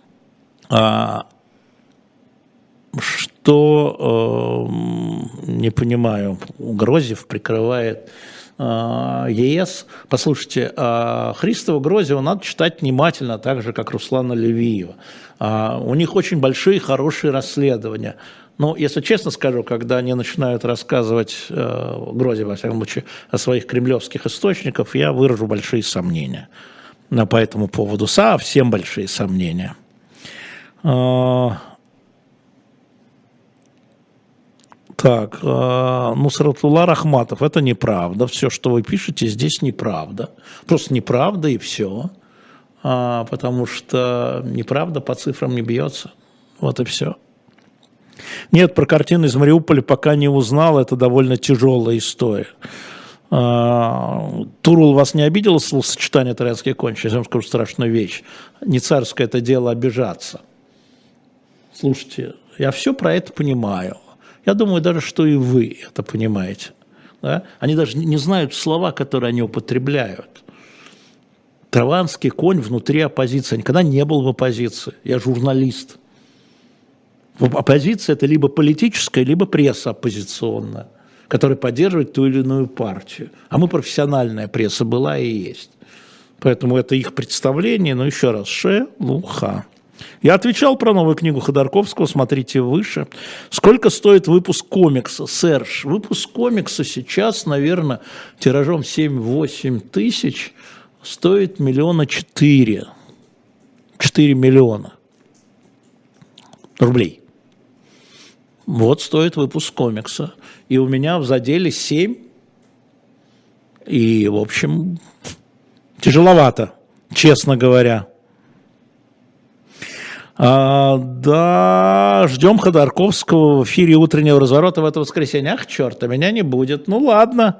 Что, не понимаю, Грозев прикрывает ЕС. Послушайте, Христова Грозева надо читать внимательно, так же, как Руслана Левиева. У них очень большие, хорошие расследования. Но, если честно скажу, когда они начинают рассказывать, Грозева, во всяком случае, о своих кремлевских источниках, я выражу большие сомнения по этому поводу. Совсем большие сомнения. Так, Нусратулла Рахматов, это неправда. Все, что вы пишете, здесь неправда. Просто неправда и все. Потому что неправда по цифрам не бьется. Вот и все. Нет, про картину из Мариуполя пока не узнал. Это довольно тяжелая история. Турул вас не обидел, словосочетание «турецкие кончи»? Я вам скажу страшную вещь. Не царское это дело обижаться. Слушайте, я все про это понимаю. Я думаю даже, что и вы это понимаете. Да? Они даже не знают слова, которые они употребляют. Траванский конь внутри оппозиции. Я никогда не был в оппозиции. Я журналист. Оппозиция – это либо политическая, либо пресса оппозиционная, которая поддерживает ту или иную партию. А мы профессиональная пресса была и есть. Поэтому это их представление. Но еще раз, шелуха. Я отвечал про новую книгу Ходорковского, смотрите выше. Сколько стоит выпуск комикса, Серж? Выпуск комикса сейчас, наверное, тиражом 7-8 тысяч стоит 4 миллиона. 4 миллиона рублей. Вот стоит выпуск комикса. И у меня в заделе 7. И, в общем, тяжеловато, честно говоря. Да, ждем Ходорковского в эфире утреннего разворота в это воскресенье. Ах, черт, а меня не будет. Ну ладно.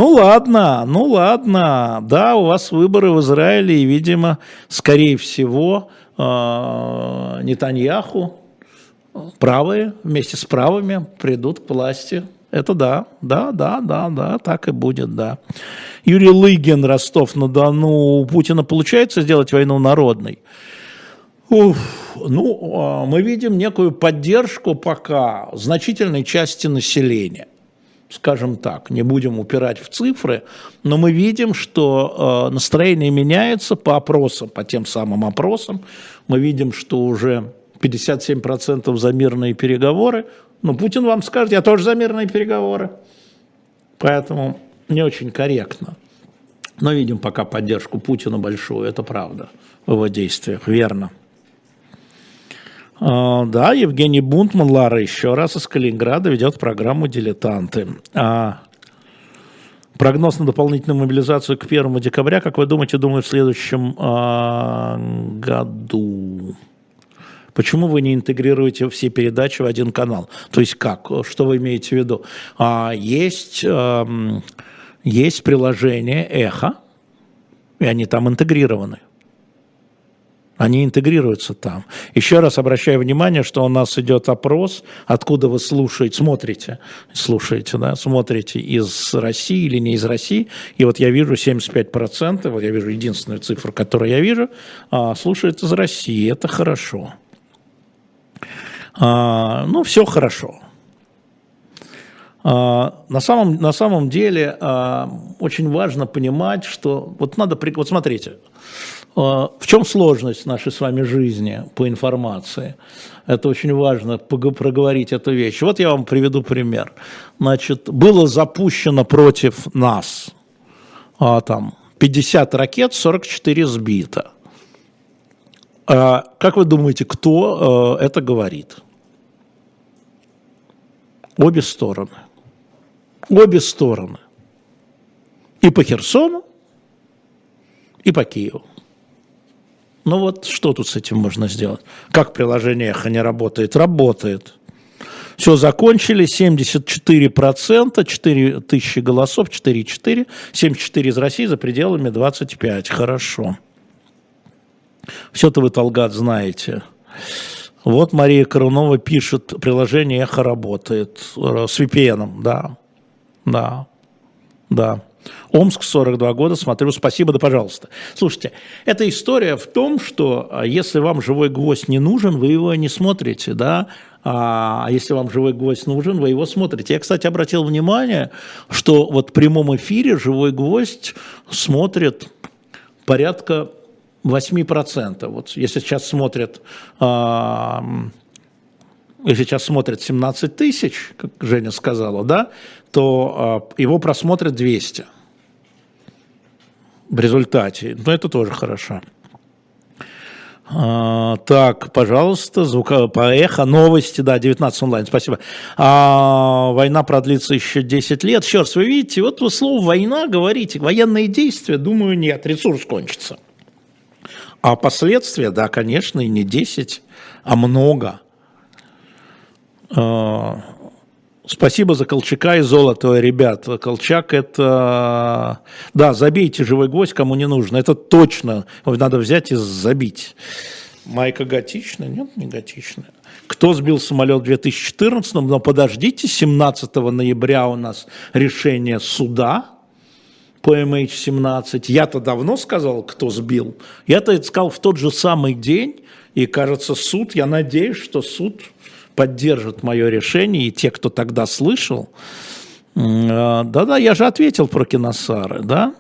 Да, у вас выборы в Израиле, и, видимо, скорее всего, Нетаньяху, правые, вместе с правыми придут к власти. Это да, так и будет, да. Юрий Лыгин, Ростов-на-Дону. У Путина получается сделать войну народной? Мы видим некую поддержку пока значительной части населения. Скажем так, не будем упирать в цифры, но мы видим, что настроение меняется по опросам, по тем самым опросам. Мы видим, что уже 57% за мирные переговоры. Но Путин вам скажет, я тоже за мирные переговоры. Поэтому не очень корректно. Но видим пока поддержку Путина большую, это правда, в его действиях, верно. Да, Евгений Бунтман, Лара, еще раз из Калининграда ведет программу «Дилетанты». Прогноз на дополнительную мобилизацию к 1 декабря, как вы думаете, в следующем году? Почему вы не интегрируете все передачи в один канал? То есть как? Что вы имеете в виду? Есть приложение «Эхо», и они там интегрированы. Они интегрируются там. Еще раз обращаю внимание, что у нас идет опрос, откуда вы слушаете, смотрите из России или не из России. И вот я вижу 75%, вот я вижу единственную цифру, которую я вижу, слушает из России. Это хорошо. Все хорошо. На самом деле очень важно понимать, что вот смотрите, в чем сложность нашей с вами жизни по информации? Это очень важно проговорить эту вещь. Вот я вам приведу пример. Значит, было запущено против нас 50 ракет, 44 сбито. Как вы думаете, кто это говорит? Обе стороны. И по Херсону, и по Киеву. Что тут с этим можно сделать? Как приложение «Эхо» не работает? Работает. Все, закончили, 74%, 4000 голосов, 4,4, 74 из России, за пределами 25. Хорошо. Все-то вы, Талгат, знаете. Вот Мария Корунова пишет, приложение «Эхо» работает с VPN, да, да, да. Омск, 42 года, смотрю, спасибо, да пожалуйста. Слушайте, эта история в том, что если вам живой гвоздь не нужен, вы его не смотрите, да, а если вам живой гвоздь нужен, вы его смотрите. Я, кстати, обратил внимание, что вот в прямом эфире живой гвоздь смотрит порядка 8%. Вот если сейчас смотрят 17 тысяч, как Женя сказала, да, то его просмотрят 200 в результате. Но это тоже хорошо. Так, пожалуйста, по эхо, новости, да, 19 онлайн, спасибо. Война продлится еще 10 лет. Еще раз, вы видите, вот вы слово «война» говорите, военные действия, думаю, нет, ресурс кончится. А последствия, да, конечно, и не 10, а много. Спасибо за Колчака и золото, ребят. Колчак это... Да, забейте живой гвоздь, кому не нужно. Это точно надо взять и забить. Майка готичная? Нет, не готичная. Кто сбил самолет в 2014? Но подождите, 17 ноября у нас решение суда по MH17. Я-то давно сказал, кто сбил. Я-то это сказал в тот же самый день. И, кажется, суд, я надеюсь, что суд поддержит мое решение, и те, кто тогда слышал, да-да, я же ответил про киносары, да.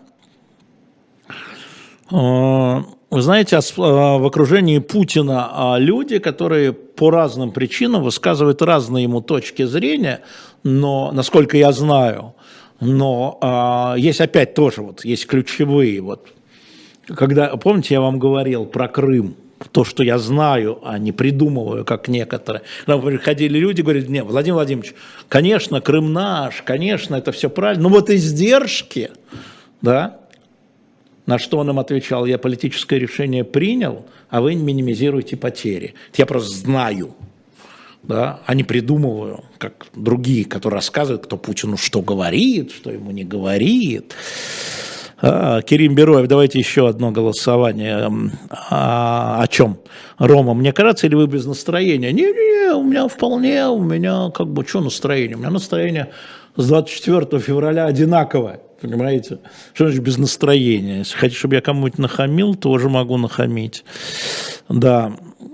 Вы знаете, в окружении Путина люди, которые по разным причинам высказывают разные ему точки зрения, но, насколько я знаю, но есть опять тоже, вот, есть ключевые, вот, когда, помните, я вам говорил про Крым, то, что я знаю, а не придумываю, как некоторые. Нам приходили люди, говорят, нет, Владимир Владимирович, конечно, Крым наш, конечно, это все правильно, но вот издержки, да, на что он им отвечал, я политическое решение принял, а вы минимизируете потери. Я просто знаю, да, а не придумываю, как другие, которые рассказывают, кто Путину что говорит, что ему не говорит. Керим Бероев, давайте еще одно голосование. О чем? Рома, мне кажется, или вы без настроения? Не-не-не, у меня вполне, у меня как бы, что настроение? У меня настроение с 24 февраля одинаковое, понимаете? Что значит без настроения? Если хотите, чтобы я кому-нибудь нахамил, тоже могу нахамить. Да.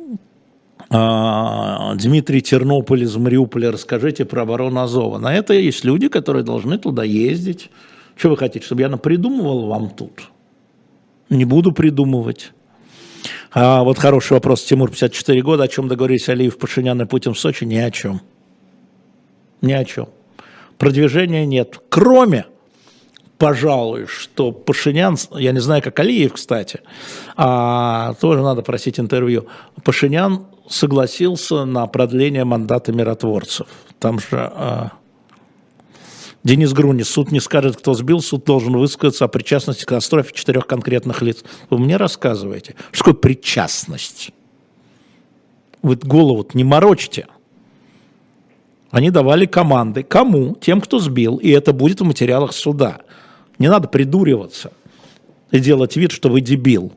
Дмитрий Тернополь из Мариуполя, расскажите про оборону Азова. На это есть люди, которые должны туда ездить. Что вы хотите, чтобы я напридумывал вам тут? Не буду придумывать. Вот хороший вопрос. Тимур, 54 года. О чем договорились Алиев, Пашинян и Путин в Сочи? Ни о чем. Ни о чем. Продвижения нет. Кроме, пожалуй, что Пашинян, я не знаю, как Алиев, кстати, тоже надо просить интервью. Пашинян согласился на продление мандата миротворцев. Там же... Денис Грунис, суд не скажет, кто сбил, суд должен высказаться о причастности к катастрофе 4 конкретных лиц. Вы мне рассказываете, что такое причастность? Вы голову не морочьте. Они давали команды. Кому? Тем, кто сбил. И это будет в материалах суда. Не надо придуриваться и делать вид, что вы дебил.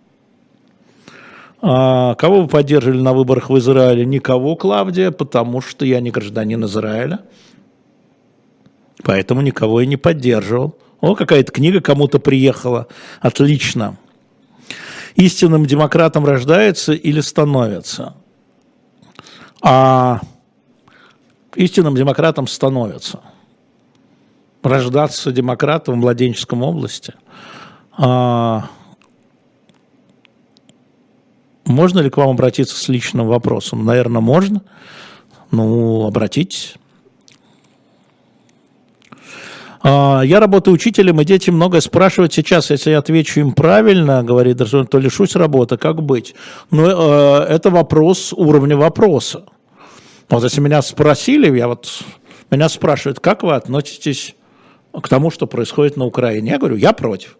Кого вы поддерживали на выборах в Израиле? Никого, Клавдия, потому что я не гражданин Израиля. Поэтому никого и не поддерживал. О, какая-то книга кому-то приехала. Отлично. Истинным демократом рождается или становится? Истинным демократом становится. Рождаться демократом в младенческом области. Можно ли к вам обратиться с личным вопросом? Наверное, можно. Ну, обратитесь. Я работаю учителем, и дети многое спрашивают сейчас. Если я отвечу им правильно, говорит, то лишусь работы. Как быть? Но это вопрос уровня вопроса. Вот если меня спросили, меня спрашивают, как вы относитесь к тому, что происходит на Украине? Я говорю, я против.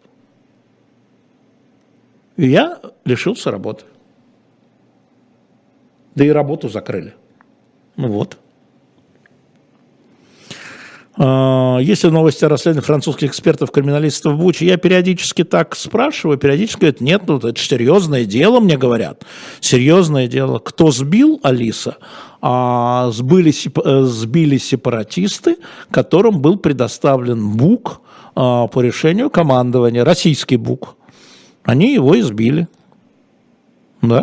И я лишился работы. Да и работу закрыли. Ну вот. Есть ли новости о расследовании французских экспертов-криминалистов в Буче? Я периодически так спрашиваю, периодически говорят, нет, ну это серьезное дело, мне говорят. Серьезное дело. Кто сбил, Алиса? Сбили сепаратисты, которым был предоставлен БУК по решению командования, российский БУК. Они его избили. Да?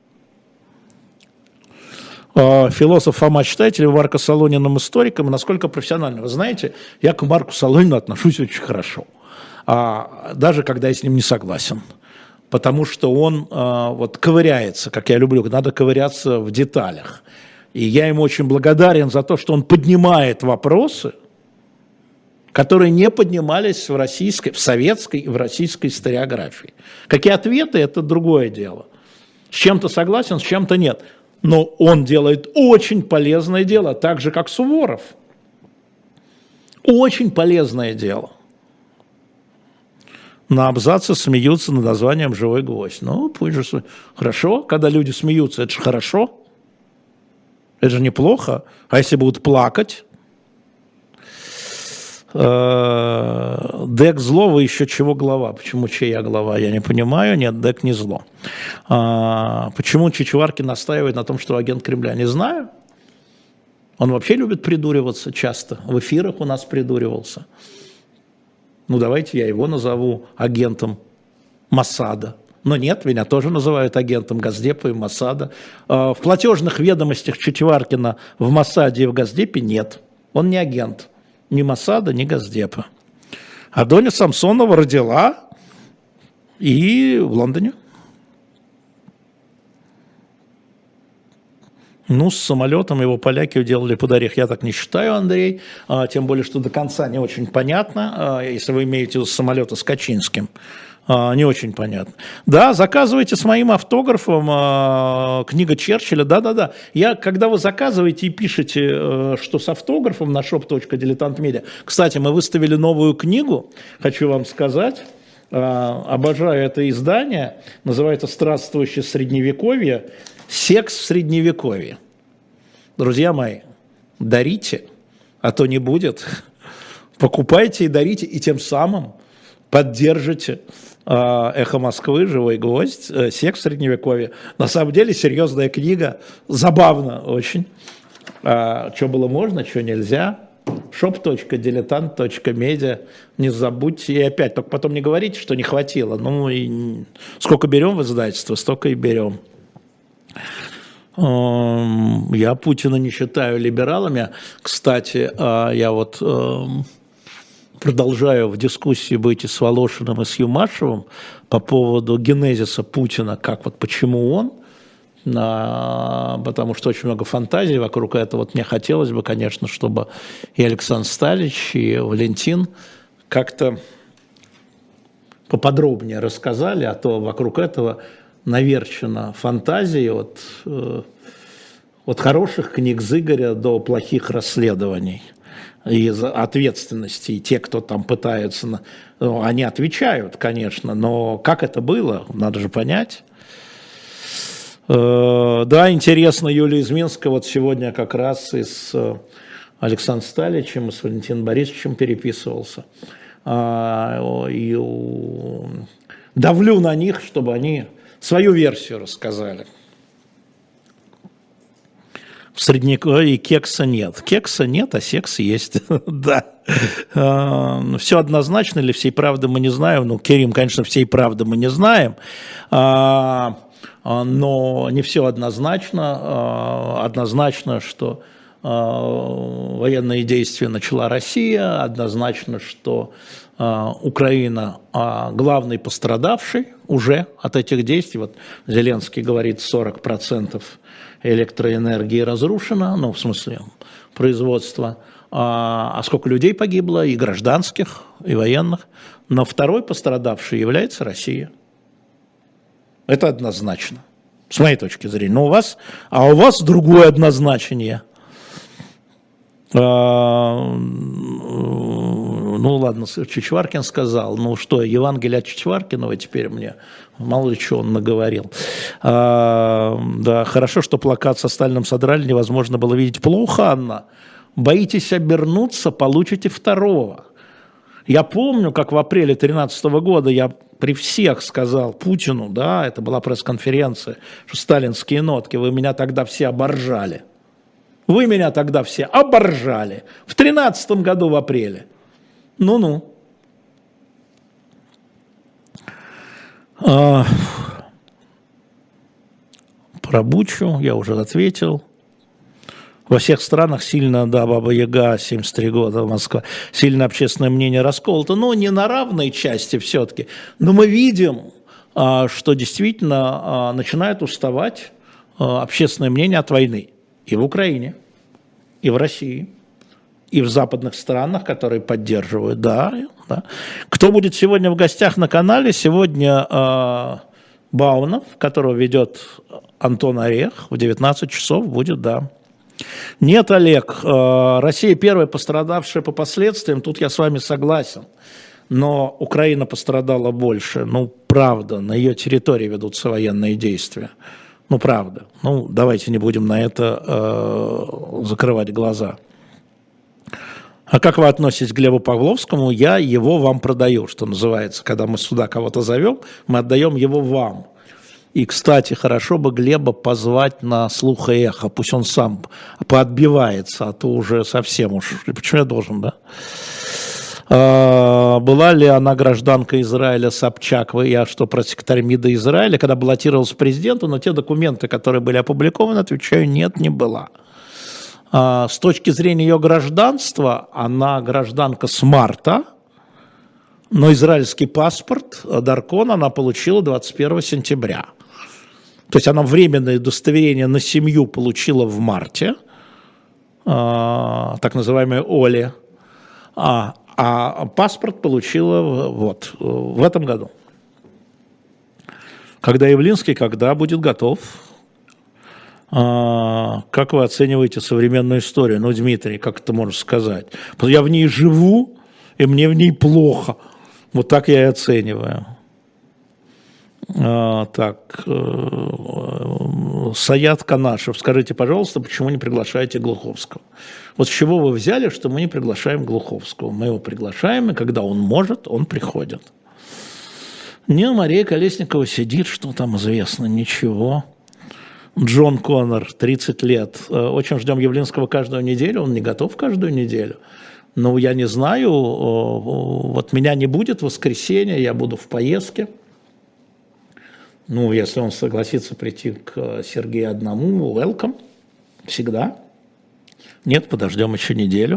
Философ Фома, считаете ли вы Марка Солониным историком, и насколько профессионально? Вы знаете, я к Марку Солонину отношусь очень хорошо, даже когда я с ним не согласен, потому что он вот ковыряется, как я люблю, надо ковыряться в деталях. И я ему очень благодарен за то, что он поднимает вопросы, которые не поднимались в российской, в советской и в российской историографии. Какие ответы – это другое дело. С чем-то согласен, с чем-то нет. Но он делает очень полезное дело, так же, как Суворов. Очень полезное дело. На абзаце смеются над названием «Живой гвоздь». Ну, пусть же хорошо, когда люди смеются, это же хорошо. Это же неплохо. А если будут плакать? Дек зло, вы еще чего глава? Почему чья глава? Я не понимаю. Нет, Дек не зло. Почему Чичваркин настаивает на том, что агент Кремля? Не знаю. Он вообще любит придуриваться часто. В эфирах у нас придуривался. Ну, давайте я его назову агентом Моссада. Но нет, меня тоже называют агентом Госдепа и Моссада. В платежных ведомостях Чичваркина в Моссаде и в Госдепе нет. Он не агент. Ни Моссада, ни Госдепа. А Доня Самсонова родила и в Лондоне. Ну, с самолетом его поляки уделали под орех. Я так не считаю, Андрей. Тем более, что до конца не очень понятно, если вы имеете в виду самолета с Качинским. Не очень понятно. Да, заказывайте с моим автографом книга Черчилля. Да. Когда вы заказываете и пишете, что с автографом на shop.diletant.media. Кстати, мы выставили новую книгу, хочу вам сказать. Обожаю это издание. Называется «Странствующее средневековье. Секс в средневековье». Друзья мои, дарите, а то не будет. Покупайте и дарите, и тем самым поддержите «Эхо Москвы», «Живой гвоздь», «Секс в средневековье». На самом деле серьезная книга, забавно очень. Что было можно, что нельзя. shop.diletant.media. Не забудьте. И опять, только потом не говорите, что не хватило. Ну, и сколько берем в издательство, столько и берем. Я Путина не считаю либералами. Кстати, я вот продолжаю в дискуссии быть и с Волошиным, и с Юмашевым по поводу генезиса Путина, как вот почему он, потому что очень много фантазий вокруг этого. Вот мне хотелось бы, конечно, чтобы и Александр Сталич, и Валентин как-то поподробнее рассказали, а то вокруг этого наверчено фантазии от хороших книг Зыгоря до плохих расследований. И ответственности, и те, кто там пытаются, они отвечают, конечно, но как это было, надо же понять. Да, интересно, Юлия из Минска вот сегодня как раз и с Александром Сталичем, и с Валентином Борисовичем переписывался. И давлю на них, чтобы они свою версию рассказали. В Средневековье кекса нет. Кекса нет, а секс есть. Да. Все однозначно или всей правды мы не знаем. Ну, Керим, конечно, всей правды мы не знаем. Но не все однозначно. Однозначно, что военные действия начала Россия. Однозначно, что Украина главный пострадавший уже от этих действий. Вот Зеленский говорит, 40% электроэнергии разрушено, ну, в смысле производства. А сколько людей погибло, и гражданских, и военных. Но второй пострадавший является Россия. Это однозначно, с моей точки зрения. Но у вас другое однозначение. Ну ладно, Чичваркин сказал, ну что, Евангелие от Чичваркинова теперь мне, мало ли что он наговорил. Да, хорошо, что плакат со Сталиным содрали, невозможно было видеть. Плохо, Анна. Боитесь обернуться, получите второго. Я помню, как в апреле 2013 года я при всех сказал Путину, да, это была пресс-конференция, что сталинские нотки, вы меня тогда все оборжали. Вы меня тогда все оборжали. В 2013 году в апреле. Ну-ну. Про Бучу я уже ответил. Во всех странах сильно, да, Баба-Яга, 73 года, Москва, сильно общественное мнение расколото, но не на равной части все-таки. Но мы видим, что действительно начинает уставать общественное мнение от войны. И в Украине, и в России, и в западных странах, которые поддерживают, да. Кто будет сегодня в гостях на канале? Сегодня Баунов, которого ведет Антон Орех, в 19 часов будет, да. Нет, Олег, Россия первая пострадавшая по последствиям, тут я с вами согласен, но Украина пострадала больше, ну, правда, на ее территории ведутся военные действия, ну, правда, ну, давайте не будем на это закрывать глаза. А как вы относитесь к Глебу Павловскому? Я его вам продаю, что называется, когда мы сюда кого-то зовем, мы отдаем его вам. И, кстати, хорошо бы Глеба позвать на «Слух и эхо», пусть он сам поотбивается, а то уже совсем уж. Почему я должен, да? Была ли она гражданка Израиля Собчак? Я что, про секретарь МИДа Израиля, когда баллотировался президентом, но те документы, которые были опубликованы, отвечаю, нет, не была. С точки зрения ее гражданства, она гражданка с марта, но израильский паспорт, даркон, она получила 21 сентября. То есть она временное удостоверение на семью получила в марте, так называемое ОЛЕ, а паспорт получила вот, в этом году. Когда Явлинский, когда будет готов? Как вы оцениваете современную историю? Ну, Дмитрий, как это можно сказать? Я в ней живу, и мне в ней плохо. Вот так я и оцениваю. Так, Саят Канашев, скажите, пожалуйста, почему не приглашаете Глуховского? Вот с чего вы взяли, что мы не приглашаем Глуховского? Мы его приглашаем, и когда он может, он приходит. Не, Мария Колесникова сидит, что там известно, ничего. Джон Коннор, 30 лет. Очень ждем Явлинского каждую неделю, он не готов каждую неделю. Ну, я не знаю, вот меня не будет в воскресенье, я буду в поездке. Ну, если он согласится прийти к Сергею одному, welcome, всегда. Нет, подождем еще неделю.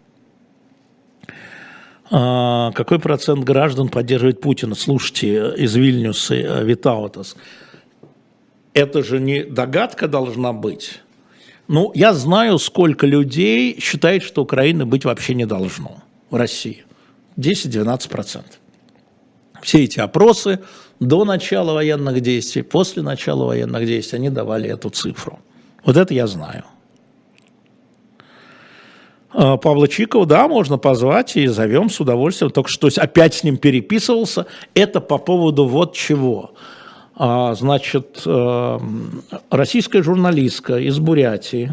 Какой процент граждан поддерживает Путина? Слушайте, из Вильнюса, Витаутас. Это же не догадка должна быть. Ну, я знаю, сколько людей считает, что Украины быть вообще не должно в России. 10-12%. Все эти опросы до начала военных действий, после начала военных действий, они давали эту цифру. Вот это я знаю. Павла Чикова, да, можно позвать и зовем с удовольствием. Только что опять с ним переписывался. Это по поводу вот чего. Значит, российская журналистка из Бурятии,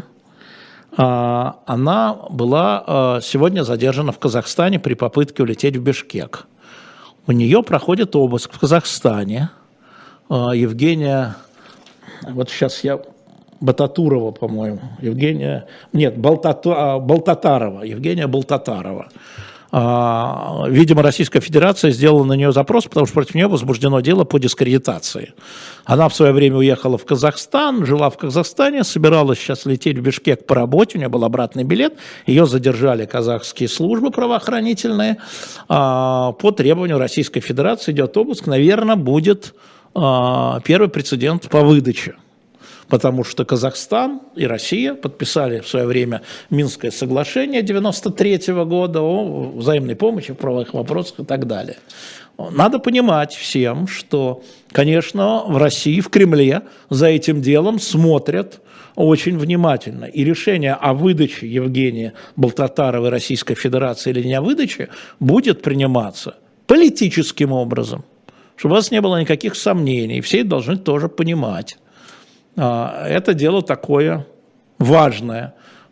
она была сегодня задержана в Казахстане при попытке улететь в Бишкек. У нее проходит обыск в Казахстане. Евгения, вот сейчас я, Бататурова, по-моему, Евгения, нет, Балтатарова, Евгения Балтатарова. Видимо, Российская Федерация сделала на нее запрос, потому что против нее возбуждено дело по дискредитации. Она в свое время уехала в Казахстан, жила в Казахстане, собиралась сейчас лететь в Бишкек по работе, у нее был обратный билет, ее задержали казахские службы правоохранительные. По требованию Российской Федерации идет обыск, наверное, будет первый прецедент по выдаче. Потому что Казахстан и Россия подписали в свое время Минское соглашение 1993 года о взаимной помощи в правовых вопросах и так далее. Надо понимать всем, что, конечно, в России, в Кремле за этим делом смотрят очень внимательно. И решение о выдаче Евгения Балтатаровой Российской Федерации или не о выдаче будет приниматься политическим образом, чтобы у вас не было никаких сомнений. Все это должны тоже понимать. Это дело такое важное.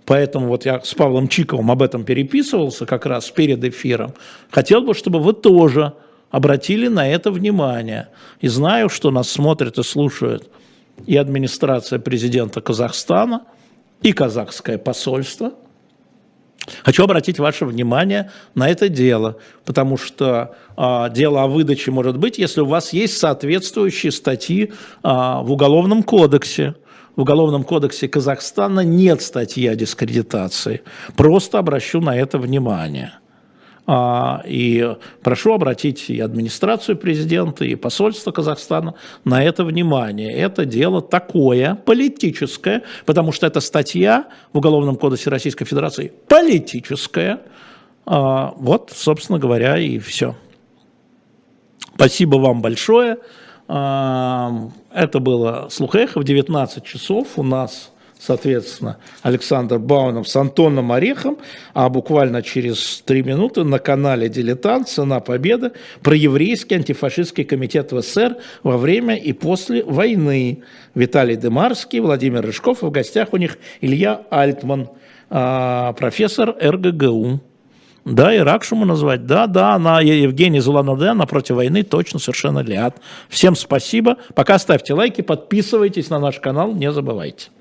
Поэтому вот я с Павлом Чиковым об этом переписывался как раз перед эфиром. Хотел бы, чтобы вы тоже обратили на это внимание. И знаю, что нас смотрят и слушают и администрация президента Казахстана, и казахское посольство. Хочу обратить ваше внимание на это дело, потому что дело о выдаче может быть, если у вас есть соответствующие статьи в Уголовном кодексе. В Уголовном кодексе Казахстана нет статьи о дискредитации. Просто обращу на это внимание. И прошу обратить и администрацию президента, и посольство Казахстана на это внимание. Это дело такое, политическое, потому что эта статья в Уголовном кодексе Российской Федерации политическая. Вот, собственно говоря, и все. Спасибо вам большое. Это было «Слух и эхо» в 19 часов. У нас, соответственно, Александр Баунов с Антоном Орехом, а буквально через 3 минуты на канале «Дилетант. Цена победы» про еврейский антифашистский комитет в СССР во время и после войны. Виталий Дымарский, Владимир Рыжков, и в гостях у них Илья Альтман, профессор РГГУ. Да, и Ракшуму назвать. Да, на Евгений Зуланаде, напротив войны, точно, совершенно Лиад. Всем спасибо. Пока ставьте лайки, подписывайтесь на наш канал, не забывайте.